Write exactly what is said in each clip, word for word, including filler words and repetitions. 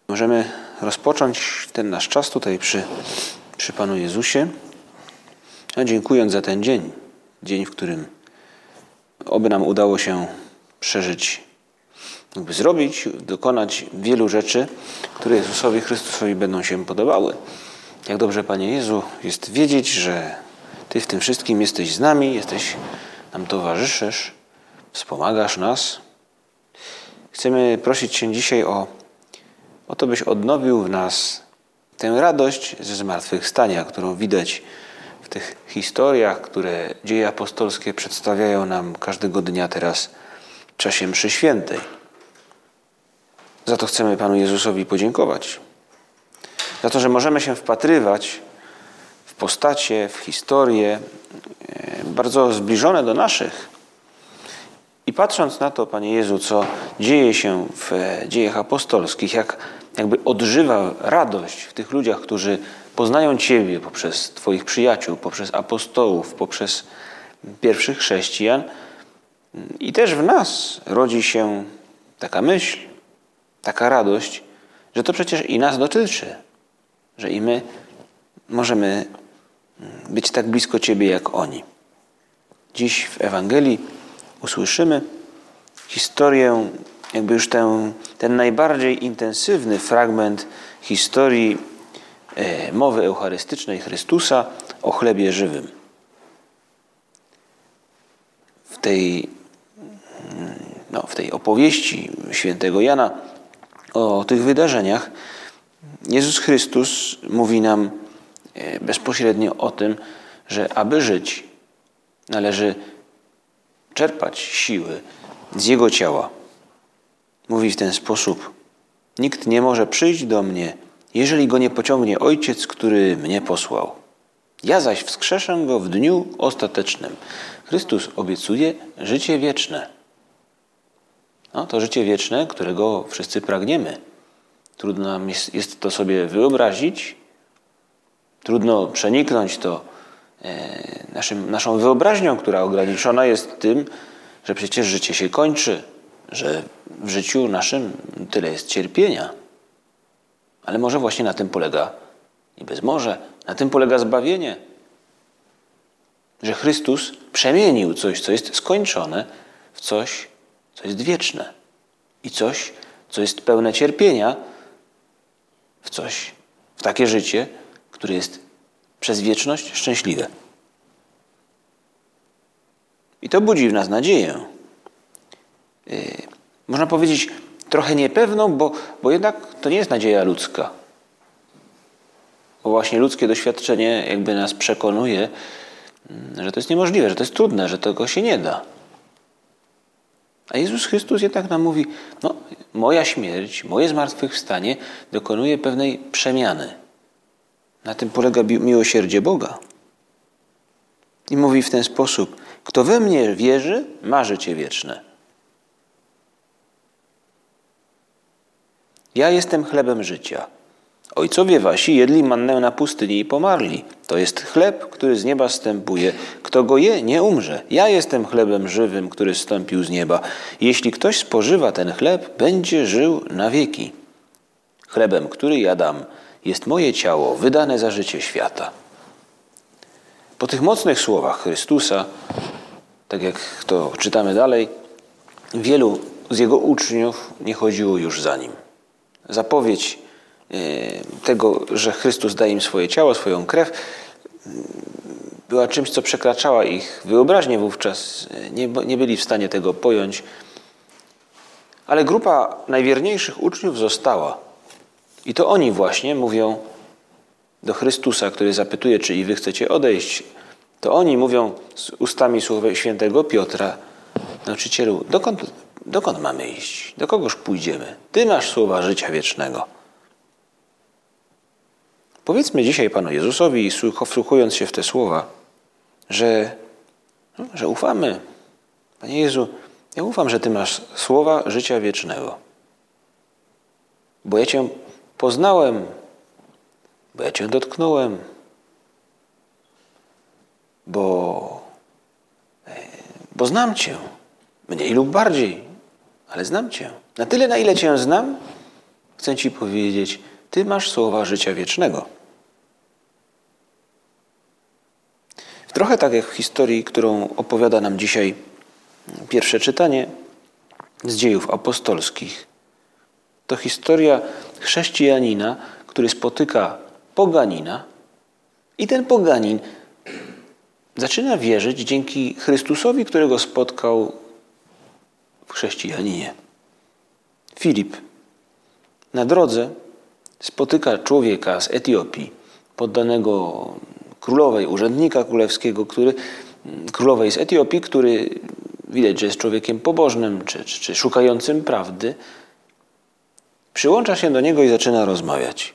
Możemy rozpocząć ten nasz czas tutaj przy, przy Panu Jezusie, a dziękując za ten dzień, dzień, w którym oby nam udało się przeżyć, jakby zrobić, dokonać wielu rzeczy, które Jezusowi Chrystusowi będą się podobały. Jak dobrze, Panie Jezu, jest wiedzieć, że Ty w tym wszystkim jesteś z nami, jesteś nam towarzyszysz, wspomagasz nas. Chcemy prosić Cię dzisiaj o, o to, byś odnowił w nas tę radość ze zmartwychwstania, którą widać w tych historiach, które dzieje apostolskie przedstawiają nam każdego dnia teraz w czasie mszy świętej. Za to chcemy Panu Jezusowi podziękować. Za to, że możemy się wpatrywać w postacie, w historie bardzo zbliżone do naszych. I patrząc na to, Panie Jezu, co dzieje się w dziejach apostolskich, jak jakby odżywa radość w tych ludziach, którzy poznają Ciebie poprzez Twoich przyjaciół, poprzez apostołów, poprzez pierwszych chrześcijan. I też w nas rodzi się taka myśl, taka radość, że to przecież i nas dotyczy, że i my możemy być tak blisko Ciebie jak oni. Dziś w Ewangelii usłyszymy historię, jakby już ten, ten najbardziej intensywny fragment historii e, mowy eucharystycznej Chrystusa o chlebie żywym. W tej, no, w tej opowieści świętego Jana o tych wydarzeniach Jezus Chrystus mówi nam bezpośrednio o tym, że aby żyć, należy czerpać siły z Jego ciała. Mówi w ten sposób: nikt nie może przyjść do mnie, jeżeli go nie pociągnie Ojciec, który mnie posłał. Ja zaś wskrzeszę go w dniu ostatecznym. Chrystus obiecuje życie wieczne. No, to życie wieczne, którego wszyscy pragniemy. Trudno nam jest, jest to sobie wyobrazić. Trudno przeniknąć to e, naszym, naszą wyobraźnią, która ograniczona jest tym, że przecież życie się kończy, że w życiu naszym tyle jest cierpienia. Ale może właśnie na tym polega, i bez może, na tym polega zbawienie. Że Chrystus przemienił coś, co jest skończone, w coś, co jest wieczne. I coś, co jest pełne cierpienia, w coś, w takie życie, które jest przez wieczność szczęśliwe. I to budzi w nas nadzieję. Yy, można powiedzieć trochę niepewną, bo, bo jednak to nie jest nadzieja ludzka. Bo właśnie ludzkie doświadczenie jakby nas przekonuje, że to jest niemożliwe, że to jest trudne, że tego się nie da. A Jezus Chrystus jednak nam mówi, no moja śmierć, moje zmartwychwstanie dokonuje pewnej przemiany. Na tym polega miłosierdzie Boga. I mówi w ten sposób: kto we mnie wierzy, ma życie wieczne. Ja jestem chlebem życia. Ojcowie wasi jedli mannę na pustyni i pomarli. To jest chleb, który z nieba zstępuje. Kto go je, nie umrze. Ja jestem chlebem żywym, który zstąpił z nieba. Jeśli ktoś spożywa ten chleb, będzie żył na wieki. Chlebem, który ja dam, jest moje ciało, wydane za życie świata. Po tych mocnych słowach Chrystusa, tak jak to czytamy dalej, wielu z Jego uczniów nie chodziło już za Nim. Zapowiedź tego, że Chrystus daje im swoje ciało, swoją krew, była czymś, co przekraczała ich wyobraźnię wówczas. Nie, nie byli w stanie tego pojąć. Ale grupa najwierniejszych uczniów została. I to oni właśnie mówią do Chrystusa, który zapytuje, czy i wy chcecie odejść. To oni mówią z ustami świętego Piotra: nauczycielu, dokąd, dokąd mamy iść? Do kogoż pójdziemy? Ty masz słowa życia wiecznego. Powiedzmy dzisiaj Panu Jezusowi, wsłuchując się w te słowa, że, no, że ufamy. Panie Jezu, ja ufam, że Ty masz słowa życia wiecznego. Bo ja Cię poznałem, bo ja Cię dotknąłem, bo, bo znam Cię. Mniej lub bardziej, ale znam Cię. Na tyle, na ile Cię znam, chcę ci powiedzieć, ty masz słowa życia wiecznego. Trochę tak jak w historii, którą opowiada nam dzisiaj pierwsze czytanie z Dziejów Apostolskich. To historia chrześcijanina, który spotyka poganina i ten poganin zaczyna wierzyć dzięki Chrystusowi, którego spotkał w chrześcijaninie. Filip na drodze spotyka człowieka z Etiopii, poddanego królowej, urzędnika królewskiego, który, królowej z Etiopii, który widać, że jest człowiekiem pobożnym czy, czy, czy szukającym prawdy. Przyłącza się do niego i zaczyna rozmawiać.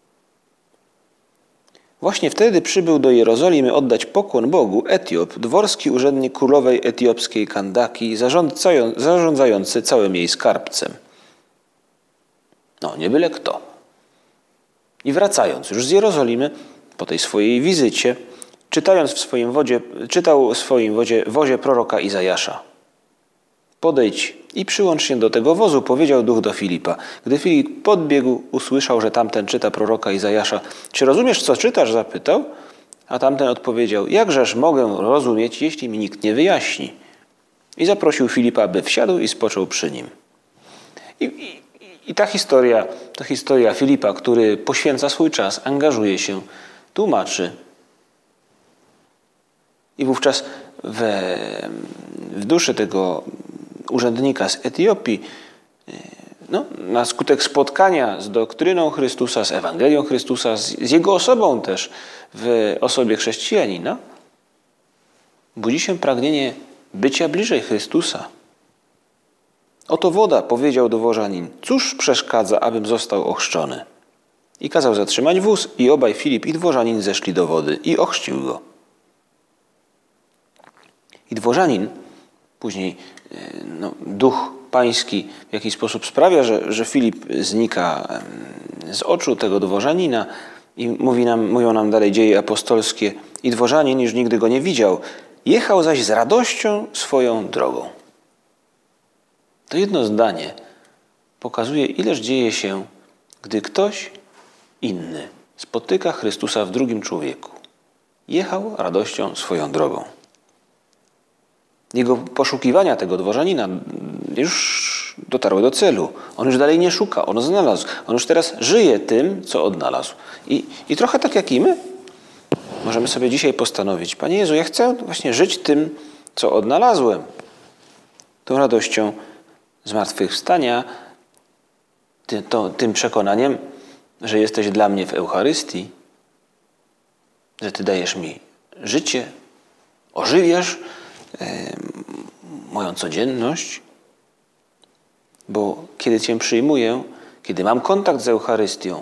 Właśnie wtedy przybył do Jerozolimy oddać pokłon Bogu Etiop, dworski urzędnik królowej etiopskiej Kandaki, zarządzający całym jej skarbcem. No, nie byle kto. I wracając już z Jerozolimy, po tej swojej wizycie, czytając w swoim wodzie, czytał w swoim wodzie, wozie proroka Izajasza. Podejdź i przyłącz się do tego wozu, powiedział duch do Filipa. Gdy Filip podbiegł, usłyszał, że tamten czyta proroka Izajasza. Czy rozumiesz, co czytasz? Zapytał. A tamten odpowiedział, jakżeż mogę rozumieć, jeśli mi nikt nie wyjaśni. I zaprosił Filipa, by wsiadł i spoczął przy nim. I, i, i ta historia, to historia Filipa, który poświęca swój czas, angażuje się, tłumaczy. I wówczas we, w duszy tego urzędnika z Etiopii, no, na skutek spotkania z doktryną Chrystusa, z Ewangelią Chrystusa, z, z Jego osobą też, w osobie chrześcijanina, budzi się pragnienie bycia bliżej Chrystusa. Oto woda, powiedział dworzanin, cóż przeszkadza, abym został ochrzczony? I kazał zatrzymać wóz i obaj Filip i dworzanin zeszli do wody i ochrzcił go. I dworzanin, później no, duch pański w jakiś sposób sprawia, że, że Filip znika z oczu tego dworzanina i mówi nam, mówią nam dalej Dzieje apostolskie. I dworzanin już nigdy go nie widział. Jechał zaś z radością swoją drogą. To jedno zdanie pokazuje, ileż dzieje się, gdy ktoś inny spotyka Chrystusa w drugim człowieku. Jechał radością swoją drogą. Jego poszukiwania tego dworzanina już dotarły do celu. On już dalej nie szuka, on znalazł. On już teraz żyje tym, co odnalazł. I, i trochę tak jak i my, możemy sobie dzisiaj postanowić, Panie Jezu, ja chcę właśnie żyć tym, co odnalazłem. Tą radością zmartwychwstania, ty, to, tym przekonaniem, że jesteś dla mnie w Eucharystii, że Ty dajesz mi życie, ożywiasz moją codzienność, bo kiedy Cię przyjmuję, kiedy mam kontakt z Eucharystią,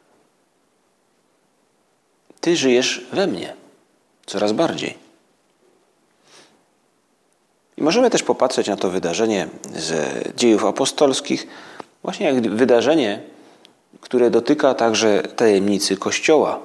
Ty żyjesz we mnie coraz bardziej. I możemy też popatrzeć na to wydarzenie z Dziejów Apostolskich, właśnie jak wydarzenie, które dotyka także tajemnicy Kościoła.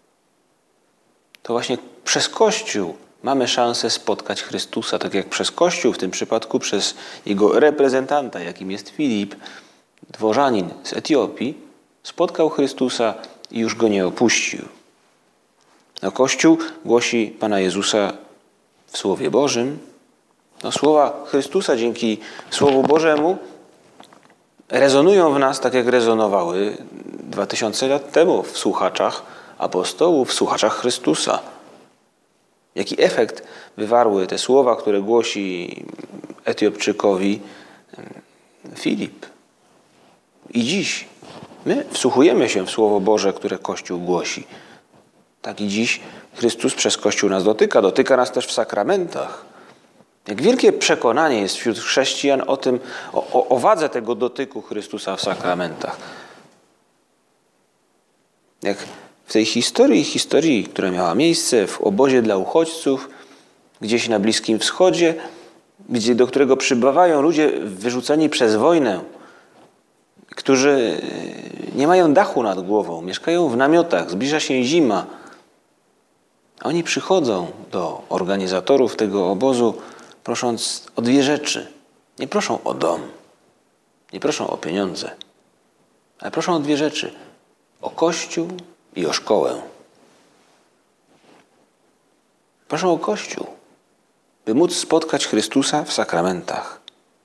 To właśnie przez Kościół mamy szansę spotkać Chrystusa, tak jak przez Kościół, w tym przypadku przez jego reprezentanta, jakim jest Filip, dworzanin z Etiopii, spotkał Chrystusa i już go nie opuścił. No, Kościół głosi Pana Jezusa w Słowie Bożym. No, słowa Chrystusa dzięki Słowu Bożemu rezonują w nas tak, jak rezonowały dwa tysiące lat temu w słuchaczach apostołów, w słuchaczach Chrystusa. Jaki efekt wywarły te słowa, które głosi Etiopczykowi Filip. I dziś my wsłuchujemy się w Słowo Boże, które Kościół głosi. Tak i dziś Chrystus przez Kościół nas dotyka. Dotyka nas też w sakramentach. Jak wielkie przekonanie jest wśród chrześcijan o tym, o, o, o wadze tego dotyku Chrystusa w sakramentach. Jak w tej historii, historii, która miała miejsce w obozie dla uchodźców, gdzieś na Bliskim Wschodzie, gdzie, do którego przybywają ludzie wyrzuceni przez wojnę, którzy nie mają dachu nad głową, mieszkają w namiotach, zbliża się zima. A oni przychodzą do organizatorów tego obozu, prosząc o dwie rzeczy. Nie proszą o dom, nie proszą o pieniądze. Ale proszą o dwie rzeczy. O Kościół i o szkołę. Proszą o Kościół, by móc spotkać Chrystusa w sakramentach.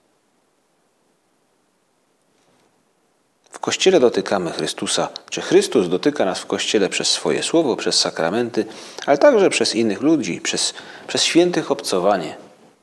W Kościele dotykamy Chrystusa, czy Chrystus dotyka nas w Kościele przez swoje słowo, przez sakramenty, ale także przez innych ludzi, przez, przez świętych obcowanie.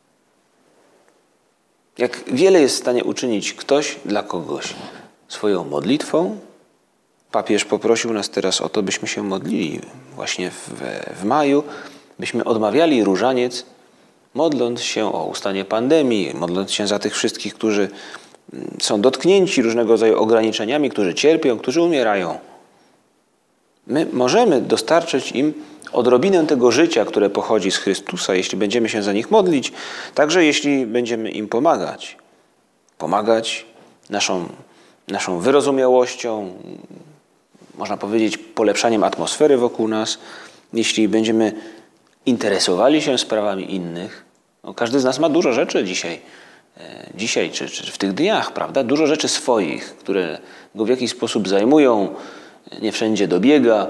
Jak wiele jest w stanie uczynić ktoś dla kogoś swoją modlitwą. Papież poprosił nas teraz o to, byśmy się modlili właśnie w, w maju, byśmy odmawiali różaniec, modląc się o ustanie pandemii, modląc się za tych wszystkich, którzy są dotknięci różnego rodzaju ograniczeniami, którzy cierpią, którzy umierają. My możemy dostarczyć im odrobinę tego życia, które pochodzi z Chrystusa, jeśli będziemy się za nich modlić, także jeśli będziemy im pomagać. Pomagać naszą, naszą wyrozumiałością, można powiedzieć polepszaniem atmosfery wokół nas, jeśli będziemy interesowali się sprawami innych. No, każdy z nas ma dużo rzeczy dzisiaj, dzisiaj czy, czy w tych dniach, prawda? Dużo rzeczy swoich, które go w jakiś sposób zajmują, nie wszędzie dobiega.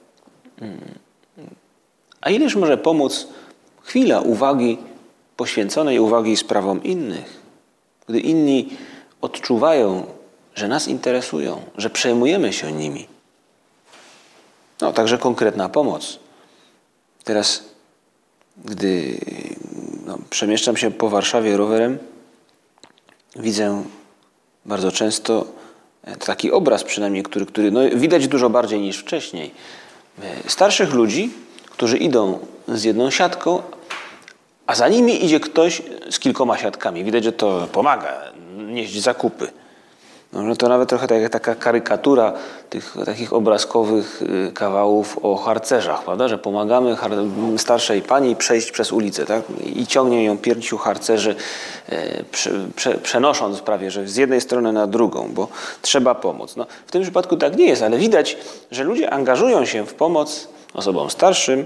A ileż może pomóc chwila uwagi, poświęconej uwagi sprawom innych, gdy inni odczuwają, że nas interesują, że przejmujemy się nimi. No, także konkretna pomoc. Teraz, gdy no, przemieszczam się po Warszawie rowerem, widzę bardzo często taki obraz przynajmniej, który, który no, widać dużo bardziej niż wcześniej. Starszych ludzi, którzy idą z jedną siatką, a za nimi idzie ktoś z kilkoma siatkami. Widać, że to pomaga nieść zakupy. No, to nawet trochę tak, taka karykatura tych takich obrazkowych kawałów o harcerzach, prawda? Że pomagamy starszej pani przejść przez ulicę, tak? I ciągnie ją pięciu harcerzy, prze, prze, przenosząc prawie, że z jednej strony na drugą, bo trzeba pomóc. No, w tym przypadku tak nie jest, ale widać, że ludzie angażują się w pomoc osobom starszym.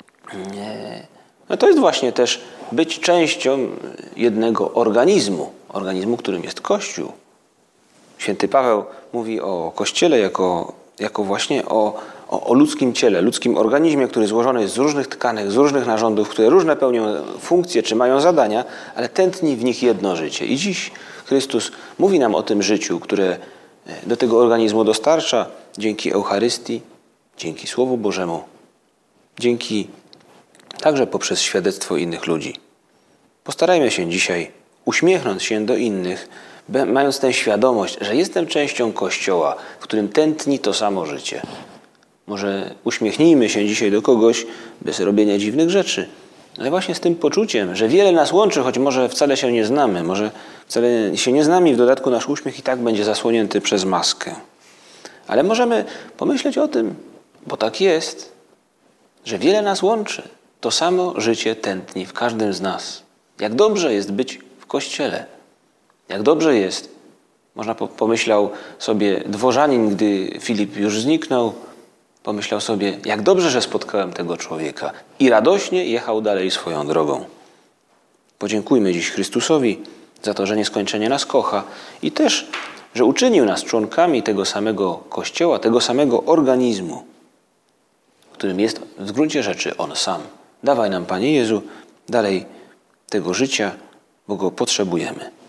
No to jest właśnie też być częścią jednego organizmu, organizmu, którym jest Kościół. Święty Paweł mówi o Kościele jako, jako właśnie o, o, o ludzkim ciele, ludzkim organizmie, który złożony jest z różnych tkanek, z różnych narządów, które różne pełnią funkcje czy mają zadania, ale tętni w nich jedno życie. I dziś Chrystus mówi nam o tym życiu, które do tego organizmu dostarcza dzięki Eucharystii, dzięki Słowu Bożemu, dzięki także poprzez świadectwo innych ludzi. Postarajmy się dzisiaj uśmiechnąć się do innych, mając tę świadomość, że jestem częścią Kościoła, w którym tętni to samo życie. Może uśmiechnijmy się dzisiaj do kogoś bez robienia dziwnych rzeczy, ale właśnie z tym poczuciem, że wiele nas łączy, choć może wcale się nie znamy, może wcale się nie znamy i w dodatku nasz uśmiech i tak będzie zasłonięty przez maskę. Ale możemy pomyśleć o tym, bo tak jest, że wiele nas łączy. To samo życie tętni w każdym z nas. Jak dobrze jest być w Kościele. Jak dobrze jest, można po- pomyślał sobie dworzanin, gdy Filip już zniknął, pomyślał sobie, jak dobrze, że spotkałem tego człowieka. I radośnie jechał dalej swoją drogą. Podziękujmy dziś Chrystusowi za to, że nieskończenie nas kocha i też, że uczynił nas członkami tego samego Kościoła, tego samego organizmu, którym jest w gruncie rzeczy On sam. Dawaj nam, Panie Jezu, dalej tego życia, bo go potrzebujemy.